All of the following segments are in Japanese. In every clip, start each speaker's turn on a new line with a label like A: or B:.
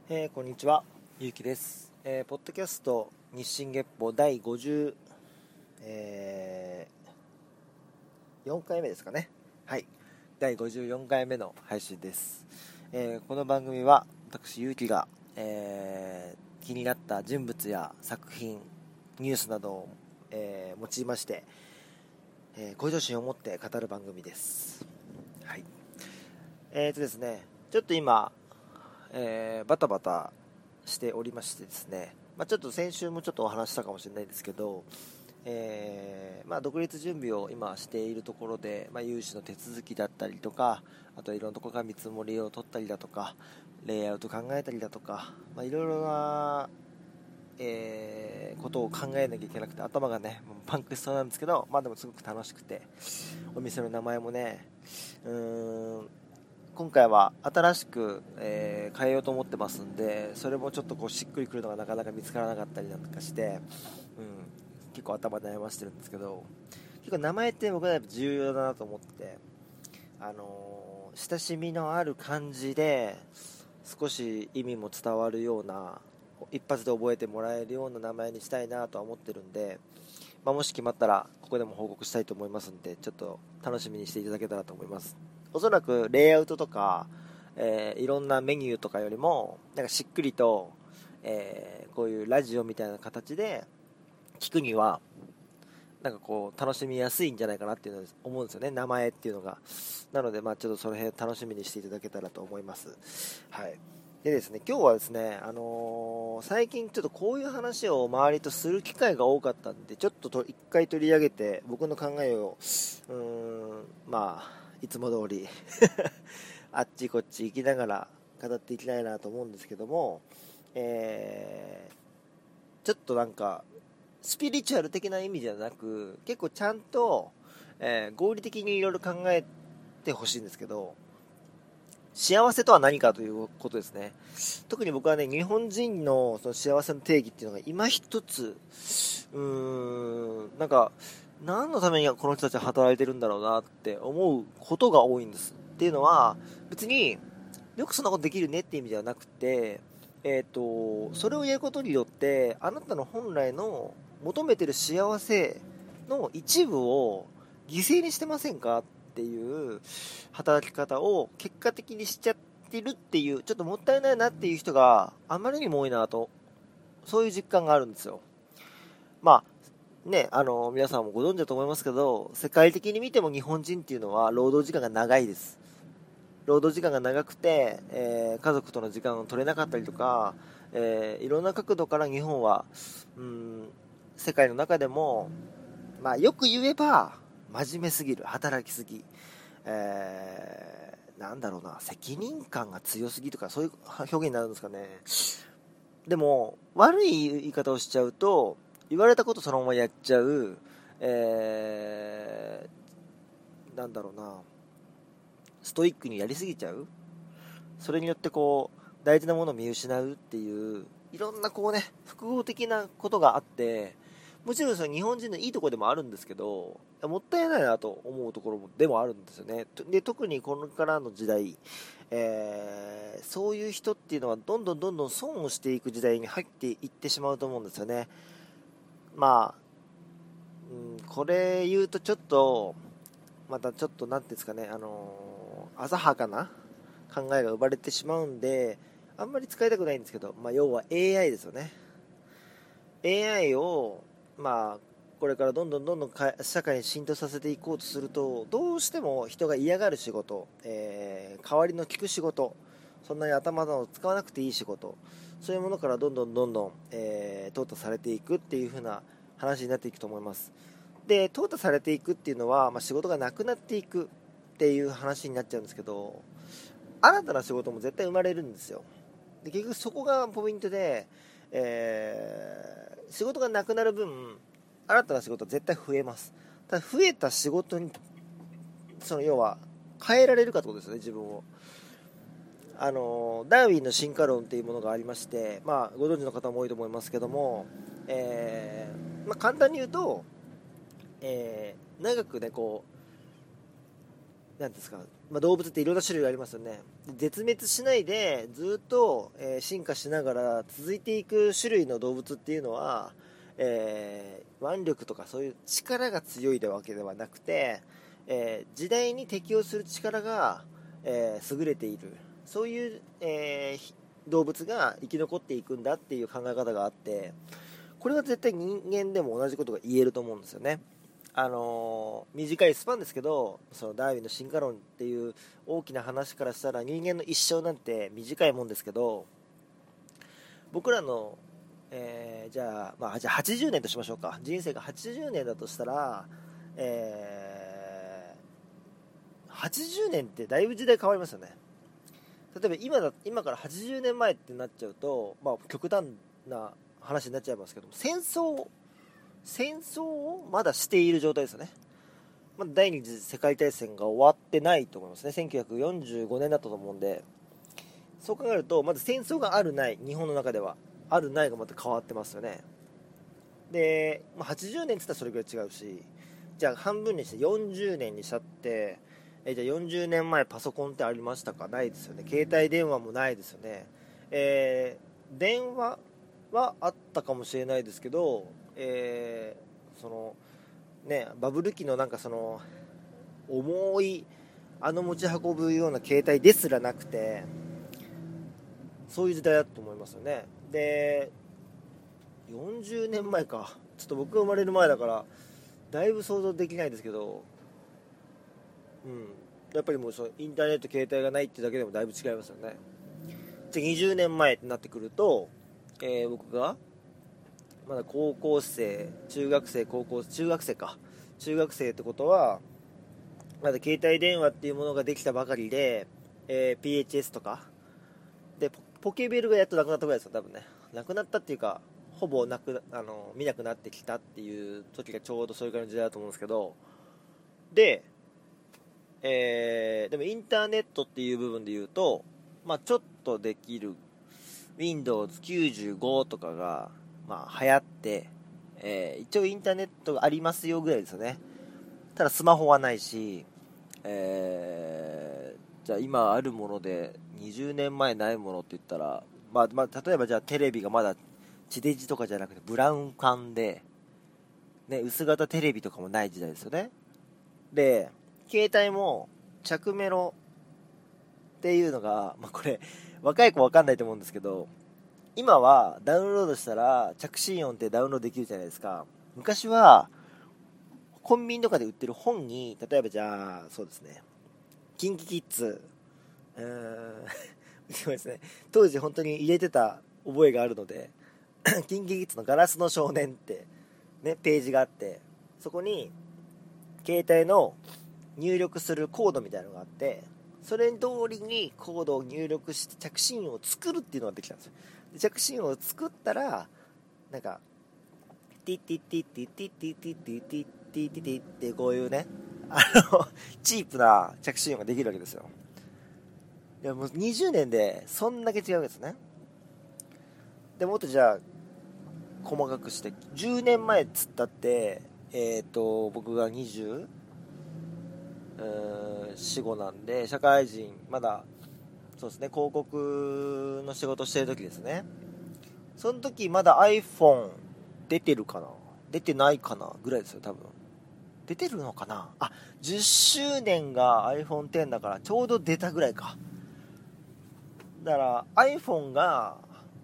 A: こんにちは、ゆうきです。ポッドキャスト日進月歩第54回目ですかね。はい、第54回目の配信です。この番組は私ゆうきが、気になった人物や作品、ニュースなどを、用いまして、向上心を持って語る番組です。はい。ですね、ちょっと今バタバタしておりましてですね、ちょっと先週もちょっとお話したかもしれないですけど、独立準備を今しているところで、融資の手続きだったりとか、あといろんなところから見積もりを取ったりだとか、レイアウト考えたりだとか、いろいろな、ことを考えなきゃいけなくて頭がねもうパンクしそうなんですけど、でもすごく楽しくて、お店の名前もね、今回は新しく、変えようと思ってますんで、それもちょっとこうしっくりくるのがなかなか見つからなかったりなんかして、結構頭悩ましてるんですけど、結構名前って僕はやっぱ重要だなと思って、親しみのある感じで少し意味も伝わるような、一発で覚えてもらえるような名前にしたいなとは思ってるんで、もし決まったらここでも報告したいと思いますんで、ちょっと楽しみにしていただけたらと思います。おそらくレイアウトとか、いろんなメニューとかよりもなんかしっくりと、こういうラジオみたいな形で聞くにはなんかこう楽しみやすいんじゃないかなっていうのを思うんですよね、名前っていうのが。なのでちょっとその辺楽しみにしていただけたらと思います。はい。でですね、今日はですね、最近ちょっとこういう話を周りとする機会が多かったんで、ちょっと一回取り上げて僕の考えをいつも通りあっちこっち行きながら語っていきたいなと思うんですけども、ちょっとなんかスピリチュアル的な意味じゃなく、結構ちゃんと、合理的にいろいろ考えてほしいんですけど、幸せとは何かということですね。特に僕はね、日本人のその幸せの定義っていうのが今一つ、なんか何のためにこの人たちは働いてるんだろうなって思うことが多いんです。っていうのは、別によくそんなことできるねって意味ではなくて、それをやることによってあなたの本来の求めてる幸せの一部を犠牲にしてませんかっていう働き方を結果的にしちゃってるっていう、ちょっともったいないなっていう人があまりにも多いなと、そういう実感があるんですよ。皆さんもご存知だと思いますけど、世界的に見ても日本人っていうのは労働時間が長いです。労働時間が長くて、家族との時間を取れなかったりとか、いろんな角度から日本は世界の中でも、よく言えば真面目すぎる、働きすぎ、なんだろうな、責任感が強すぎとか、そういう表現になるんですかね。でも悪い言い方をしちゃうと、言われたことそのままやっちゃう、なんだろうな、ストイックにやりすぎちゃう、それによってこう大事なものを見失うっていう、いろんなこうね複合的なことがあって、もちろんその日本人のいいところでもあるんですけど、もったいないなと思うところでもあるんですよね。で特にこれからの時代、そういう人っていうのはどんどん損をしていく時代に入っていってしまうと思うんですよね。これ言うとちょっとまたちょっとなんていうんですかね、浅はかな考えが生まれてしまうんで、あんまり使いたくないんですけど、要は AI ですよね。 AI をこれからどんどん社会に浸透させていこうとすると、どうしても人が嫌がる仕事、代わりの利く仕事、そんなに頭を使わなくていい仕事、そういうものからどんどん淘汰されていくっていう風な話になっていくと思います。で淘汰されていくっていうのは、仕事がなくなっていくっていう話になっちゃうんですけど、新たな仕事も絶対生まれるんですよ。で結局そこがポイントで、仕事がなくなる分新たな仕事は絶対増えます。ただ増えた仕事に要は変えられるかってことですよね、自分を。ダーウィンの進化論っていうものがありまして、ご存知の方も多いと思いますけども、簡単に言うと、長くねこうなんですか、動物っていろんな種類がありますよね。 絶滅しないでずっと、進化しながら続いていく種類の動物っていうのは、腕力とかそういう力が強いわけではなくて、時代に適応する力が、優れている、そういう、動物が生き残っていくんだっていう考え方があって、これは絶対人間でも同じことが言えると思うんですよね。短いスパンですけど、そのダーウィンの進化論っていう大きな話からしたら人間の一生なんて短いもんですけど、僕らの、じゃあ80年としましょうか。人生が80年だとしたら、80年ってだいぶ時代変わりますよね。例えば今から80年前ってなっちゃうと、極端な話になっちゃいますけども、戦争をまだしている状態ですよね。まだ第二次世界大戦が終わってないと思いますね。1945年だったと思うんで、そう考えるとまず戦争があるない、日本の中ではあるないがまた変わってますよね。で、80年って言ったらそれぐらい違うし、じゃあ半分にして40年にしちゃって、じゃあ40年前パソコンってありましたか？ないですよね。携帯電話もないですよね。電話はあったかもしれないですけど、そのね、バブル期のその重い持ち運ぶような携帯ですらなくて、そういう時代だと思いますよね。で、40年前か、ちょっと僕が生まれる前だからだいぶ想像できないですけど、やっぱりもうインターネット携帯がないってだけでもだいぶ違いますよね。じゃあ20年前ってなってくると、僕がまだ高校生、中学生ってことは、まだ携帯電話っていうものができたばかりで、PHS とかでポケベルがやっとなくなったぐらいですよ、多分ね。なくなったっていうか、ほぼ見なくなってきたっていう時がちょうどそれからの時代だと思うんですけど、で、でもインターネットっていう部分で言うと、ちょっとできる Windows 95とかが、流行って、一応インターネットがありますよぐらいですよね。ただスマホはないし、じゃあ今あるもので20年前ないものって言ったら、例えばじゃあテレビがまだ地デジとかじゃなくてブラウン管で、ね、薄型テレビとかもない時代ですよね。で、携帯も着メロっていうのが、これ若い子わかんないと思うんですけど、今はダウンロードしたら着信音ってダウンロードできるじゃないですか。昔はコンビニとかで売ってる本に、例えばじゃあそうですね、キンキキッズ、そうですね、当時本当に入れてた覚えがあるのでキンキキッズのガラスの少年ってね、ページがあって、そこに携帯の入力するコードみたいなのがあって、それ通りにコードを入力して着信音を作るっていうのができたんですよ。で着信音を作ったら、ティッティッティッティッティッティッティッティッティッティッティッティッってこういうね、チープな着信音ができるわけですよ。でもう20年でそんだけ違うわけですね。でもっとじゃあ細かくして10年前っつったって、僕が20、4、5なんで、社会人まだそうですね、広告の仕事してる時ですね。その時まだ iPhone 出てるかな、出てないかなぐらいですよ、多分。出てるのかなあ、10周年が iPhone X だからちょうど出たぐらいか。だから iPhone が、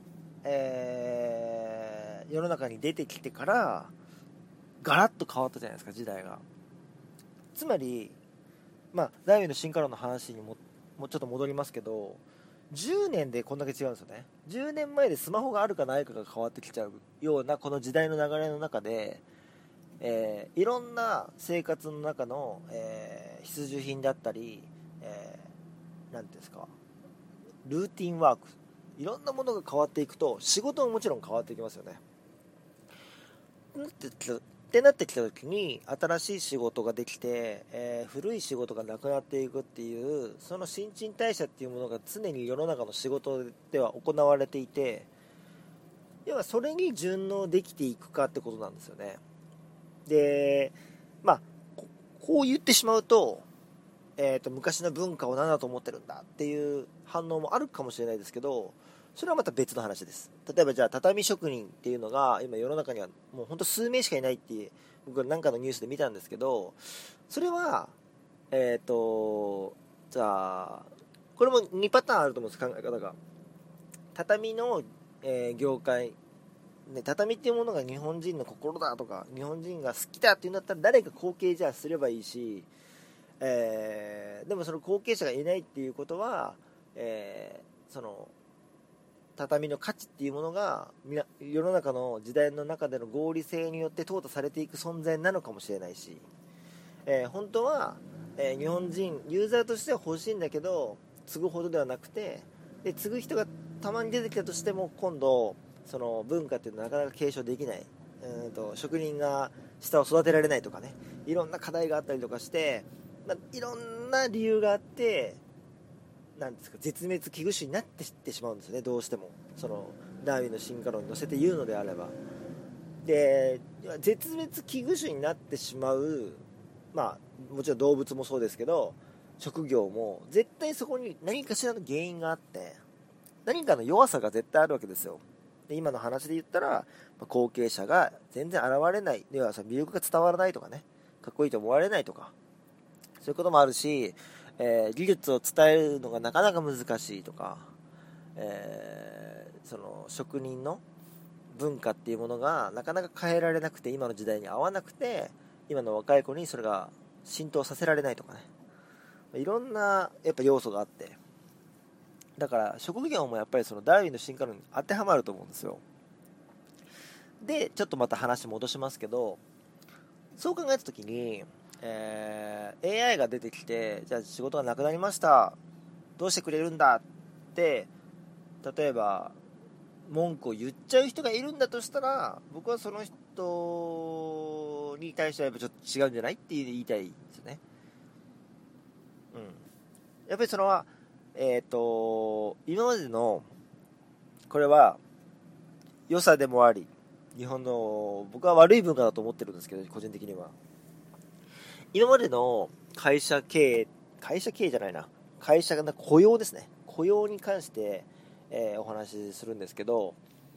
A: 世の中に出てきてからガラッと変わったじゃないですか、時代が。つまりダーウィンの進化論の話にもうちょっと戻りますけど、10年でこんだけ違うんですよね。10年前でスマホがあるかないかが変わってきちゃうようなこの時代の流れの中で、いろんな生活の中の、必需品だったり、なんていうんですか、ルーティンワーク、いろんなものが変わっていくと仕事ももちろん変わっていきますよね。ってなってきた時に新しい仕事ができて、古い仕事がなくなっていくっていう、その新陳代謝っていうものが常に世の中の仕事では行われていて、要はそれに順応できていくかってことなんですよね。で、こう言ってしまうと、 昔の文化を何だと思ってるんだっていう反応もあるかもしれないですけど、それはまた別の話です。例えばじゃあ畳職人っていうのが今世の中にはもうほんと数名しかいないって僕は何かのニュースで見たんですけど、それはじゃあこれも2パターンあると思うんです、考え方が。畳の、業界ね、畳っていうものが日本人の心だとか日本人が好きだっていうんだったら誰か後継じゃあすればいいし、でもその後継者がいないっていうことは、その畳の価値っていうものが世の中の時代の中での合理性によって淘汰されていく存在なのかもしれないし、本当は、日本人ユーザーとしては欲しいんだけど継ぐほどではなくて、で継ぐ人がたまに出てきたとしても今度その文化っていうのはなかなか継承できない、職人が下を育てられないとかね、いろんな課題があったりとかして、いろんな理由があってなんですか、絶滅危惧種になってってしまうんですよね、どうしても。そのダーウィンの進化論に乗せて言うのであれば。で絶滅危惧種になってしまう、もちろん動物もそうですけど職業も絶対そこに何かしらの原因があって何かの弱さが絶対あるわけですよ。で今の話で言ったら、後継者が全然現れない、要はその魅力が伝わらないとかね、かっこいいと思われないとか、そういうこともあるし、技術を伝えるのがなかなか難しいとか、その職人の文化っていうものがなかなか変えられなくて今の時代に合わなくて今の若い子にそれが浸透させられないとかね、いろんなやっぱ要素があって、だから職業もやっぱりそのダーウィンの進化論に当てはまると思うんですよ。でちょっとまた話戻しますけど、そう考えた時に、AI が出てきてじゃあ仕事がなくなりましたどうしてくれるんだって例えば文句を言っちゃう人がいるんだとしたら、僕はその人に対してはやっぱちょっと違うんじゃないって言いたいですよね。やっぱりそのは今までのこれは良さでもあり日本の僕は悪い文化だと思ってるんですけど、個人的には今までの会社経営じゃないな、会社が雇用ですね、雇用に関して、お話しするんですけど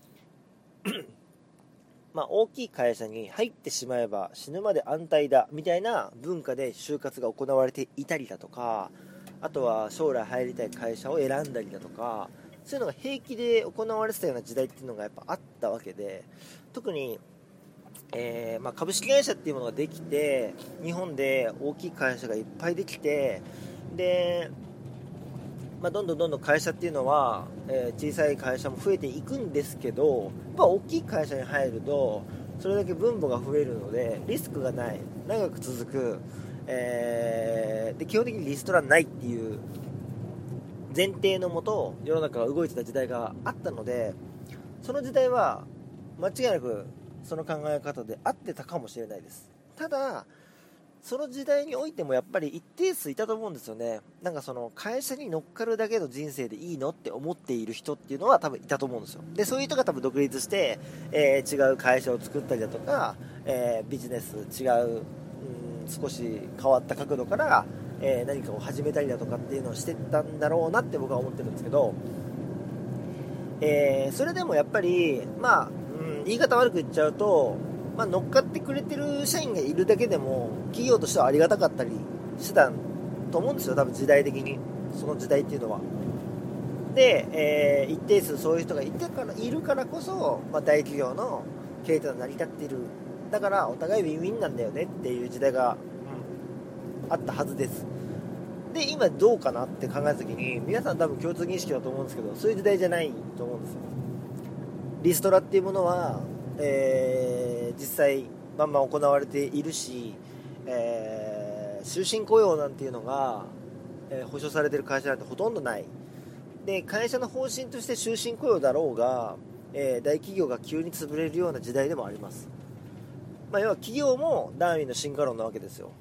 A: 大きい会社に入ってしまえば死ぬまで安泰だみたいな文化で就活が行われていたりだとか、あとは将来入りたい会社を選んだりだとか、そういうのが平気で行われてたような時代っていうのがやっぱあったわけで、特に、株式会社っていうものができて日本で大きい会社がいっぱいできて、で、どんどん会社っていうのは、小さい会社も増えていくんですけど、大きい会社に入るとそれだけ分母が増えるのでリスクがない、長く続く、で基本的にリストラないっていう前提のもと世の中が動いてた時代があったので、その時代は間違いなくその考え方で合ってたかもしれないです。ただその時代においてもやっぱり一定数いたと思うんですよね。なんかその会社に乗っかるだけの人生でいいのって思っている人っていうのは多分いたと思うんですよ。でそういう人が多分独立して、違う会社を作ったりだとか、ビジネス違う、少し変わった角度から、何かを始めたりだとかっていうのをしてったんだろうなって僕は思ってるんですけど、それでもやっぱり言い方悪く言っちゃうと、乗っかってくれてる社員がいるだけでも企業としてはありがたかったりしてたと思うんですよ、多分時代的に。その時代っていうのはで、一定数そういう人がいるからこそ、大企業の経営というのは成り立っている。だからお互いウィンウィンなんだよねっていう時代が、あったはずです。で今どうかなって考えた時に皆さん多分共通認識だと思うんですけど、そういう時代じゃないと思うんですよ。リストラっていうものは、実際バンバン行われているし、終身雇用なんていうのが、保証されている会社なんてほとんどない。で会社の方針として終身雇用だろうが、大企業が急に潰れるような時代でもあります。要は企業もダーウィンの進化論なわけですよ。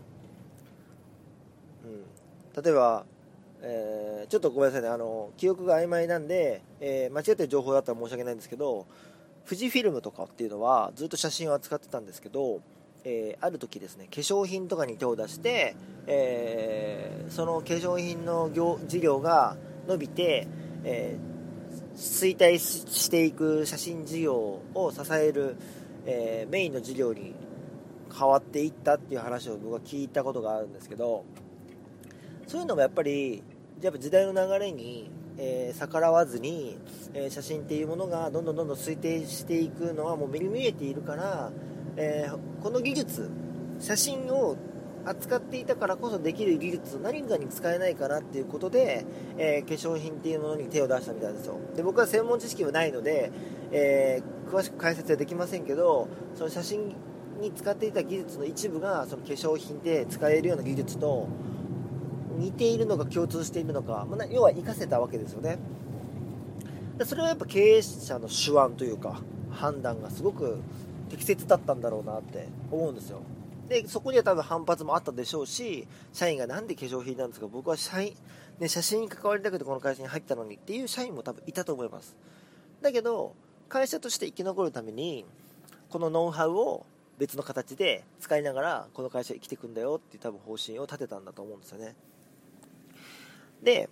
A: 例えば、ちょっとごめんなさいね、記憶が曖昧なんで、間違ってる情報だったら申し訳ないんですけど、富士フィルムとかっていうのはずっと写真を扱ってたんですけど、 ある時ですね、化粧品とかに手を出して、その化粧品の事業が伸びて、衰退していく写真事業を支える、メインの事業に変わっていったっていう話を僕は聞いたことがあるんですけど、そういうのもやっぱり時代の流れに、逆らわずに、写真っていうものがどんどん衰退していくのはもう目に見えているから、この技術、写真を扱っていたからこそできる技術を何かに使えないかなっていうことで、化粧品っていうものに手を出したみたいですよ。で、僕は専門知識はないので、詳しく解説はできませんけど、その写真に使っていた技術の一部がその化粧品で使えるような技術と似ているのか共通しているのか、要は活かせたわけですよね。でそれはやっぱ経営者の手腕というか判断がすごく適切だったんだろうなって思うんですよ。でそこには多分反発もあったでしょうし、社員がなんで化粧品なんですか、僕は写真に関わりたくてこの会社に入ったのにっていう社員も多分いたと思います。だけど会社として生き残るためにこのノウハウを別の形で使いながらこの会社生きていくんだよっていう多分方針を立てたんだと思うんですよね。で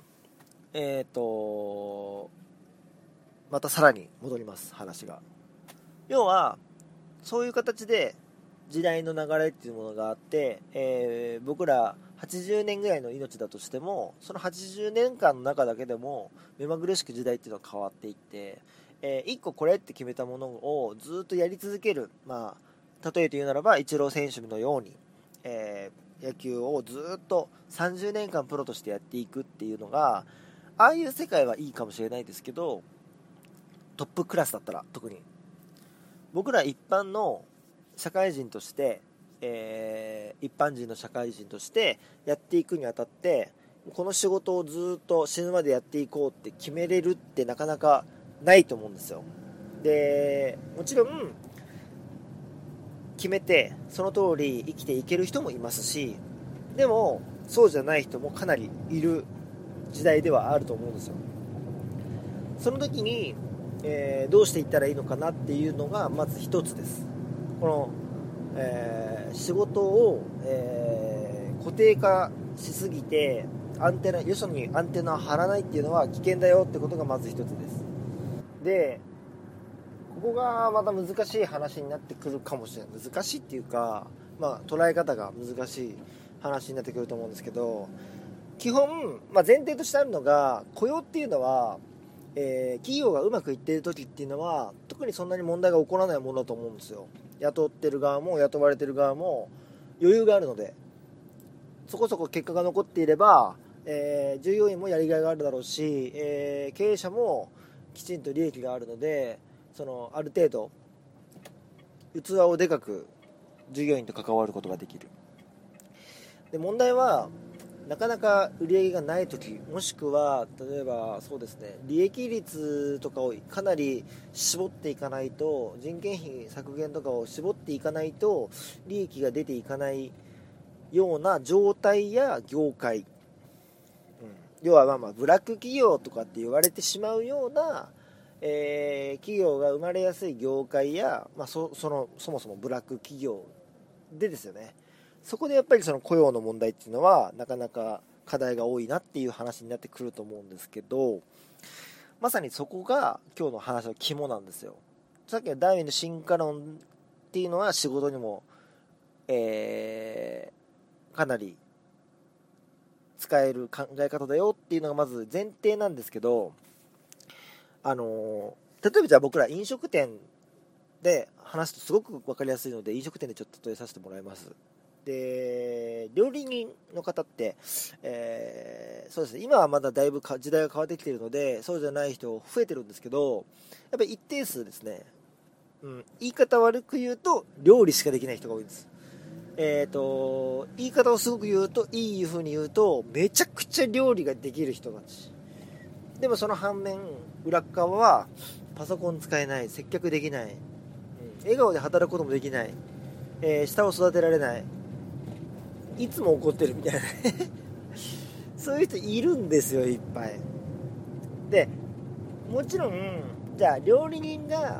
A: またさらに戻ります、話が。要はそういう形で時代の流れっていうものがあって、僕ら80年ぐらいの命だとしても、その80年間の中だけでも目まぐるしく時代っていうのは変わっていって、1個これって決めたものをずっとやり続ける、例えて言うならばイチロー選手のように、野球をずっと30年間プロとしてやっていくっていうのが、ああいう世界はいいかもしれないですけど、トップクラスだったら特に僕ら一般の社会人として、一般人の社会人としてやっていくにあたって、この仕事をずっと死ぬまでやっていこうって決めれるってなかなかないと思うんですよ。でもちろん決めてその通り生きていける人もいますし、でもそうじゃない人もかなりいる時代ではあると思うんですよ。その時に、どうしていったらいいのかなっていうのがまず一つです。この、仕事を、固定化しすぎてよそにアンテナを張らないっていうのは危険だよってことがまず一つです。でここがまた難しい話になってくるかもしれない。難しいっていうか、捉え方が難しい話になってくると思うんですけど、基本、前提としてあるのが、雇用っていうのは、企業がうまくいっている時っていうのは特にそんなに問題が起こらないものだと思うんですよ。雇ってる側も雇われてる側も余裕があるので、そこそこ結果が残っていれば、従業員もやりがいがあるだろうし、経営者もきちんと利益があるので、ある程度器をでかく従業員と関わることができる。で問題はなかなか売り上げがないとき、もしくは例えばそうですね、利益率とかをかなり絞っていかないと、人件費削減とかを絞っていかないと利益が出ていかないような状態や業界、要はブラック企業とかって言われてしまうような、企業が生まれやすい業界や、そもそもブラック企業でですよね。そこでやっぱりその雇用の問題っていうのはなかなか課題が多いなっていう話になってくると思うんですけど、まさにそこが今日の話の肝なんですよ。さっきのダーウィンの進化論っていうのは仕事にも、かなり使える考え方だよっていうのがまず前提なんですけど、例えばじゃあ僕ら飲食店で話すとすごく分かりやすいので、飲食店でちょっと例えさせてもらいます。で料理人の方って、そうですね、今はまだだいぶ時代が変わってきているのでそうじゃない人増えてるんですけど、やっぱり一定数ですね、言い方悪く言うと料理しかできない人が多いんです。言い方をすごく言うと、いい風に言うとめちゃくちゃ料理ができる人たちでも、その反面裏側はパソコン使えない、接客できない、笑顔で働くこともできない、下を育てられない、いつも怒ってるみたいなそういう人いるんですよ、いっぱい。でもちろんじゃあ料理人が、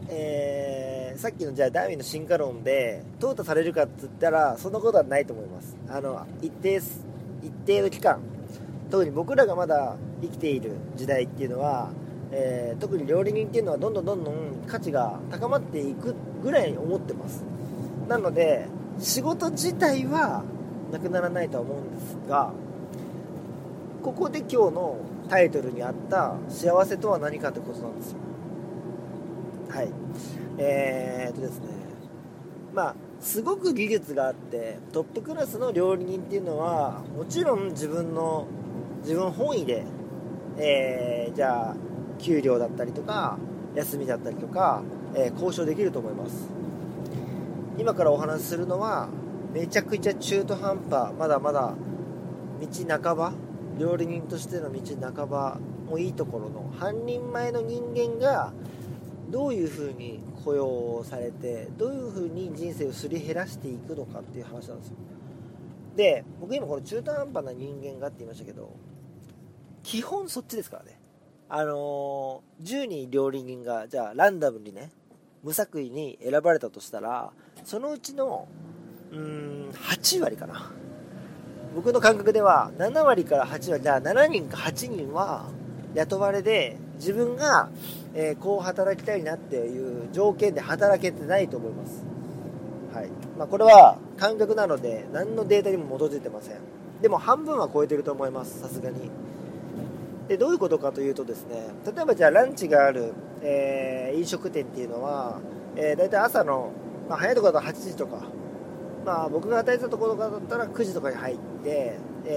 A: さっきのじゃあダーウィンの進化論で淘汰されるかって言ったらそんなことはないと思います。一定の期間、特に僕らがまだ生きている時代っていうのは、特に料理人っていうのはどんどん価値が高まっていくぐらいに思ってます。なので仕事自体はなくならないとは思うんですが、ここで今日のタイトルにあった幸せとは何かってことなんですよ。はい。ですね、すごく技術があってトップクラスの料理人っていうのはもちろん自分本位で、じゃあ給料だったりとか休みだったりとか、交渉できると思います。今からお話しするのはめちゃくちゃ中途半端、まだまだ道半ば、料理人としての道半ばもいいところの半人前の人間がどういうふうに雇用されてどういうふうに人生をすり減らしていくのかっていう話なんですよ。で、僕今この中途半端な人間がって言いましたけど、基本そっちですからね。10人料理人がじゃあランダムにね無作為に選ばれたとしたら、そのうちの8割かな、僕の感覚では7割から8割、じゃあ7人か8人は雇われで自分が、こう働きたいなっていう条件で働けてないと思います。はい。これは感覚なので何のデータにも基づいてません。でも半分は超えてると思います、さすがに。で、どういうことかというとですね、例えばじゃあランチがある、飲食店っていうのは、だいたい朝の、早いところだと8時とか、僕が働いてたところだったら9時とかに入って、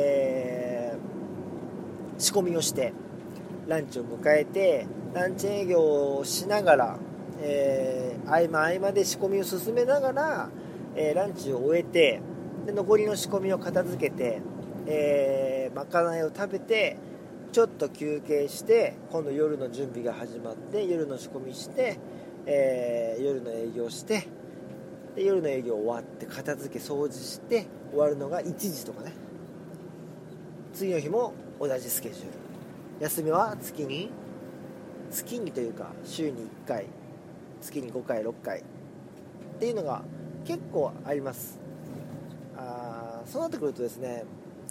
A: 仕込みをしてランチを迎えて、ランチ営業をしながら、合間で仕込みを進めながら、ランチを終えて、で残りの仕込みを片付けて、まかないを食べてちょっと休憩して、今度夜の準備が始まって夜の仕込みして、夜の営業して、で夜の営業終わって片付け掃除して終わるのが1時とかね。次の日も同じスケジュール。休みは月にというか週に1回、月に5回6回っていうのが結構あります。そうなってくるとですね、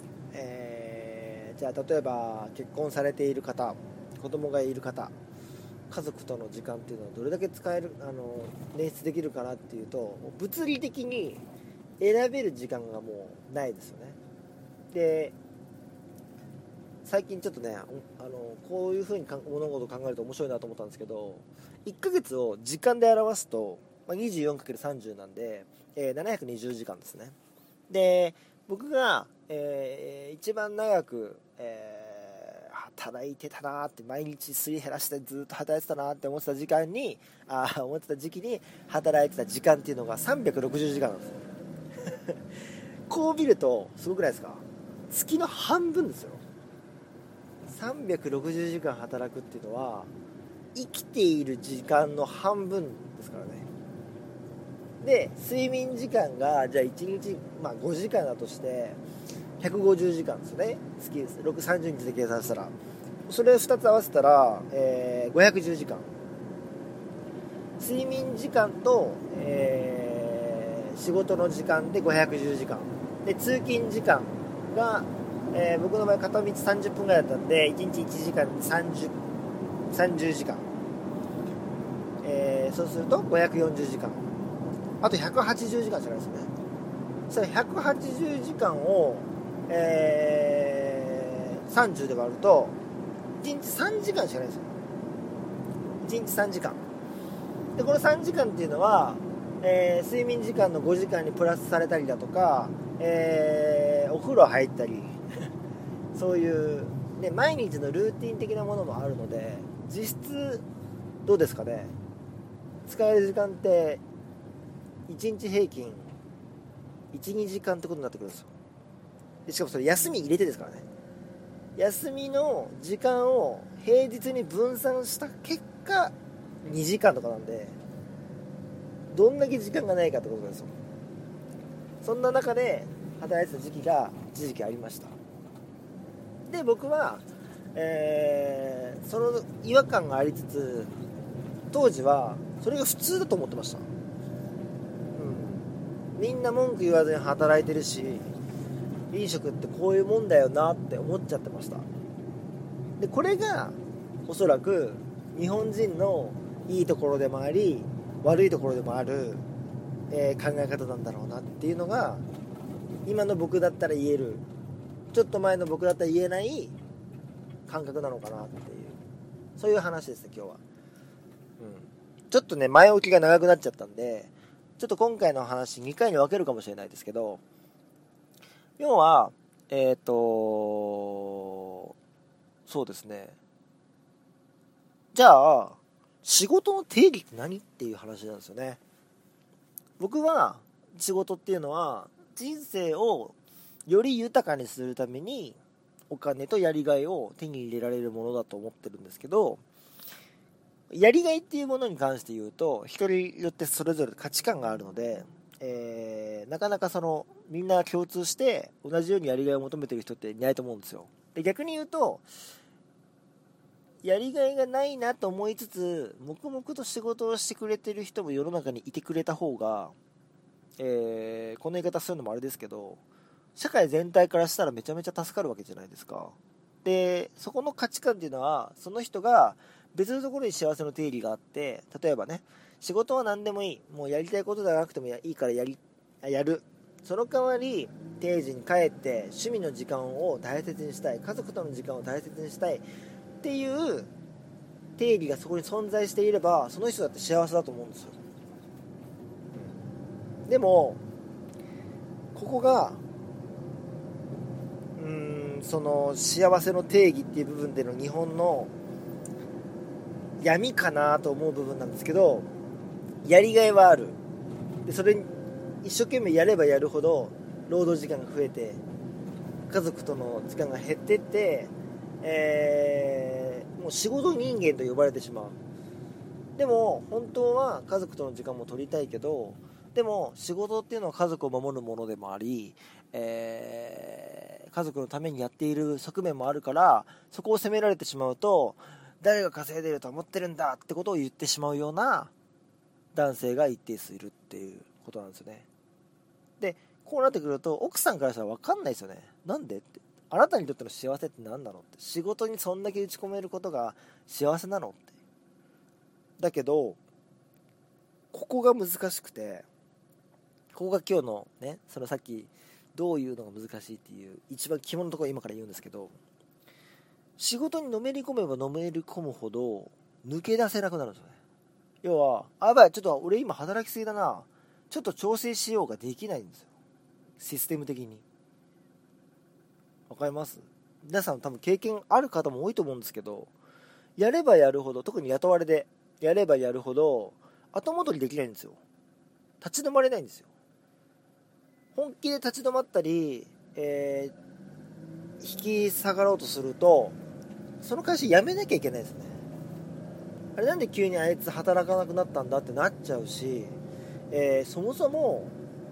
A: じゃあ例えば結婚されている方、子供がいる方、家族との時間っていうのはどれだけ使える、捻出できるかなっていうと、物理的に選べる時間がもうないですよね。で、最近ちょっとね、こういう風に物事を考えると面白いなと思ったんですけど、1ヶ月を時間で表すと、24×30 なんで、720時間ですね。で、僕が、一番長く、働いてたなーって、毎日すり減らしてずっと働いてたなーって思ってた時期に働いてた時間っていうのが360時間なんですよ。こう見るとすごくないですか？月の半分ですよ。360時間働くっていうのは生きている時間の半分ですからね。で、睡眠時間がじゃあ1日、5時間だとして150時間ですよね。月30日で計算したら、それ2つ合わせたら、510時間。睡眠時間と、仕事の時間で510時間で、通勤時間が、僕の場合片道30分ぐらいだったんで1日1時間で30時間、そうすると540時間、あと180時間しかないですよね。それ180時間を、30で割ると1日3時間しかないですよ。1日3時間で、この3時間っていうのは、睡眠時間の5時間にプラスされたりだとか、お風呂入ったりそういう、ね、毎日のルーティン的なものもあるので、実質どうですかね、使える時間って1日平均 1,2 時間ってことになってくるんですよ。でしかもそれ休み入れてですからね。休みの時間を平日に分散した結果2時間とかなんで、どんだけ時間がないかってことですよ。そんな中で働いてた時期が一時期ありました。で、僕は、その違和感がありつつ、 当時はそれが普通だと思ってました、みんな文句言わずに働いてるし、飲食ってこういうもんだよなって思っちゃってました。でこれがおそらく日本人のいいところでもあり悪いところでもある、考え方なんだろうなっていうのが今の僕だったら言える、ちょっと前の僕だったら言えない感覚なのかなっていう、そういう話ですね今日は。ちょっとね前置きが長くなっちゃったんで、ちょっと今回の話2回に分けるかもしれないですけど、要はそうですね、じゃあ仕事の定義って何っていう話なんですよね。僕は仕事っていうのは人生をより豊かにするためにお金とやりがいを手に入れられるものだと思ってるんですけど、やりがいっていうものに関して言うと人によってそれぞれ価値観があるので、なかなかみんな共通して同じようにやりがいを求めてる人っていないと思うんですよ。で逆に言うとやりがいがないなと思いつつ黙々と仕事をしてくれてる人も世の中にいてくれた方が、この言い方するのもあれですけど社会全体からしたらめちゃめちゃ助かるわけじゃないですか。でそこの価値観っていうのはその人が別のところに幸せの定義があって、例えばね仕事は何でもいい、もうやりたいことじゃなくてもいいからやる、その代わり定時に帰って趣味の時間を大切にしたい、家族との時間を大切にしたいっていう定義がそこに存在していればその人だって幸せだと思うんですよ。でもここがその幸せの定義っていう部分での日本の闇かなと思う部分なんですけど、やりがいはある。でそれに一生懸命やればやるほど労働時間が増えて家族との時間が減ってって、もう仕事人間と呼ばれてしまう。でも本当は家族との時間も取りたいけど、でも仕事っていうのは家族を守るものでもあり、家族のためにやっている側面もあるから、そこを責められてしまうと誰が稼いでると思ってるんだってことを言ってしまうような男性が一定数いるっていうことなんですよね。でこうなってくると奥さんからしたら分かんないですよね。なんでって、あなたにとっての幸せって何なのって、仕事にそんだけ打ち込めることが幸せなのって。だけどここが難しくて、ここが今日のね、そのさっきどういうのが難しいっていう一番肝のところ今から言うんですけど、仕事にのめり込めばのめり込むほど抜け出せなくなるんですよね。要はやばい、ちょっと俺今働きすぎだな、ちょっと調整しようができないんですよ、システム的に。わかります？皆さん多分経験ある方も多いと思うんですけど、やればやるほど、特に雇われでやればやるほど後戻りできないんですよ。立ち止まれないんですよ。本気で立ち止まったり、引き下がろうとするとその会社辞めなきゃいけないですね。あれなんで急にあいつ働かなくなったんだってなっちゃうし、そもそも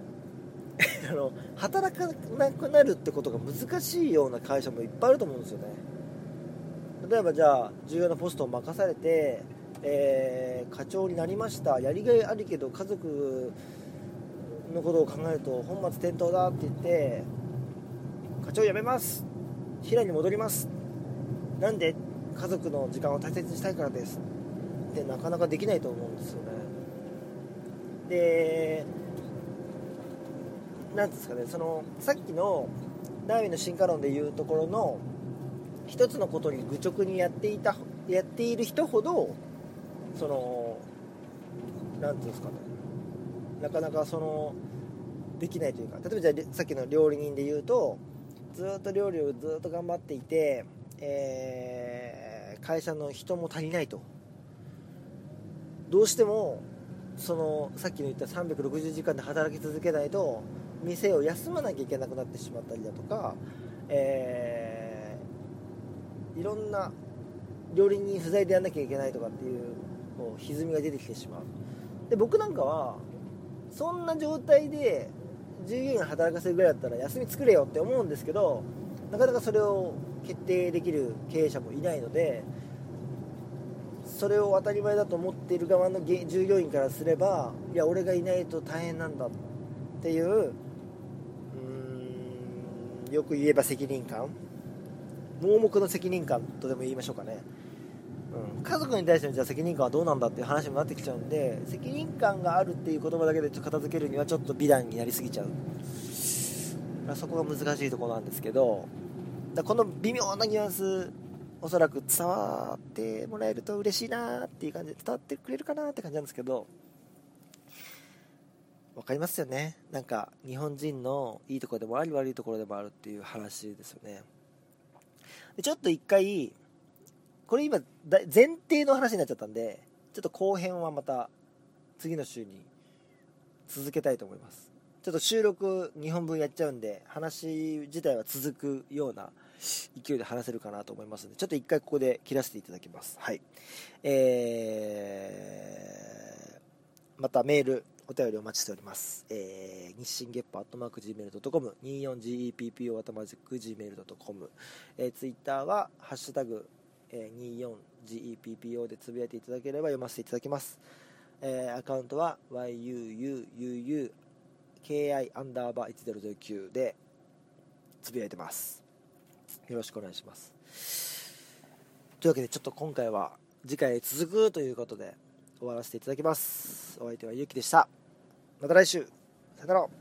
A: 働かなくなるってことが難しいような会社もいっぱいあると思うんですよね。例えばじゃあ重要なポストを任されて、課長になりました、やりがいあるけど家族のことを考えると本末転倒だって言って課長辞めます、平に戻ります、なんで家族の時間を大切にしたいからですってなかなかできないと思うんですよね。でなんですかね、そのさっきのダーウィンの進化論でいうところの一つのことに愚直にやっている人ほどそのなんていうんですかね、なかなかできないというか、例えばじゃあさっきの料理人でいうとずっと料理をずっと頑張っていて、会社の人も足りないと、どうしてもさっきの言った360時間で働き続けないと店を休まなきゃいけなくなってしまったりだとか、いろんな料理人不在でやんなきゃいけないとかっていう歪みが出てきてしまう。で僕なんかはそんな状態で従業員働かせるぐらいだったら休み作れよって思うんですけど、なかなかそれを決定できる経営者もいないので、 それを当たり前だと思っている側の従業員からすれば、いや俺がいないと大変なんだっていう、よく言えば責任感、盲目の責任感とでも言いましょうかね。家族に対してのじゃあ責任感はどうなんだっていう話にもなってきちゃうんで、責任感があるっていう言葉だけでちょっと片付けるにはちょっと美談になりすぎちゃう。そこが難しいところなんですけど、この微妙なニュアンス、おそらく伝わってもらえると嬉しいなっていう感じで、伝わってくれるかなって感じなんですけど、わかりますよね。なんか日本人のいいところでもあり悪いところでもあるっていう話ですよね。でちょっと一回これ今前提の話になっちゃったんで、ちょっと後編はまた次の週に続けたいと思います。ちょっと収録2本分やっちゃうんで、話自体は続くような勢いで話せるかなと思いますので、ちょっと一回ここで切らせていただきます。はい。またメールお便りお待ちしております。日進月歩@gmail.com、24GEPPO@gmail.com、ツイッターはハッシュタグ、24GEPPO でつぶやいていただければ読ませていただきます。アカウントは yuuuki_1009 でつぶやいてます。よろしくお願いします。というわけでちょっと今回は次回続くということで終わらせていただきます。お相手はゆうきでした。また来週。さよなら。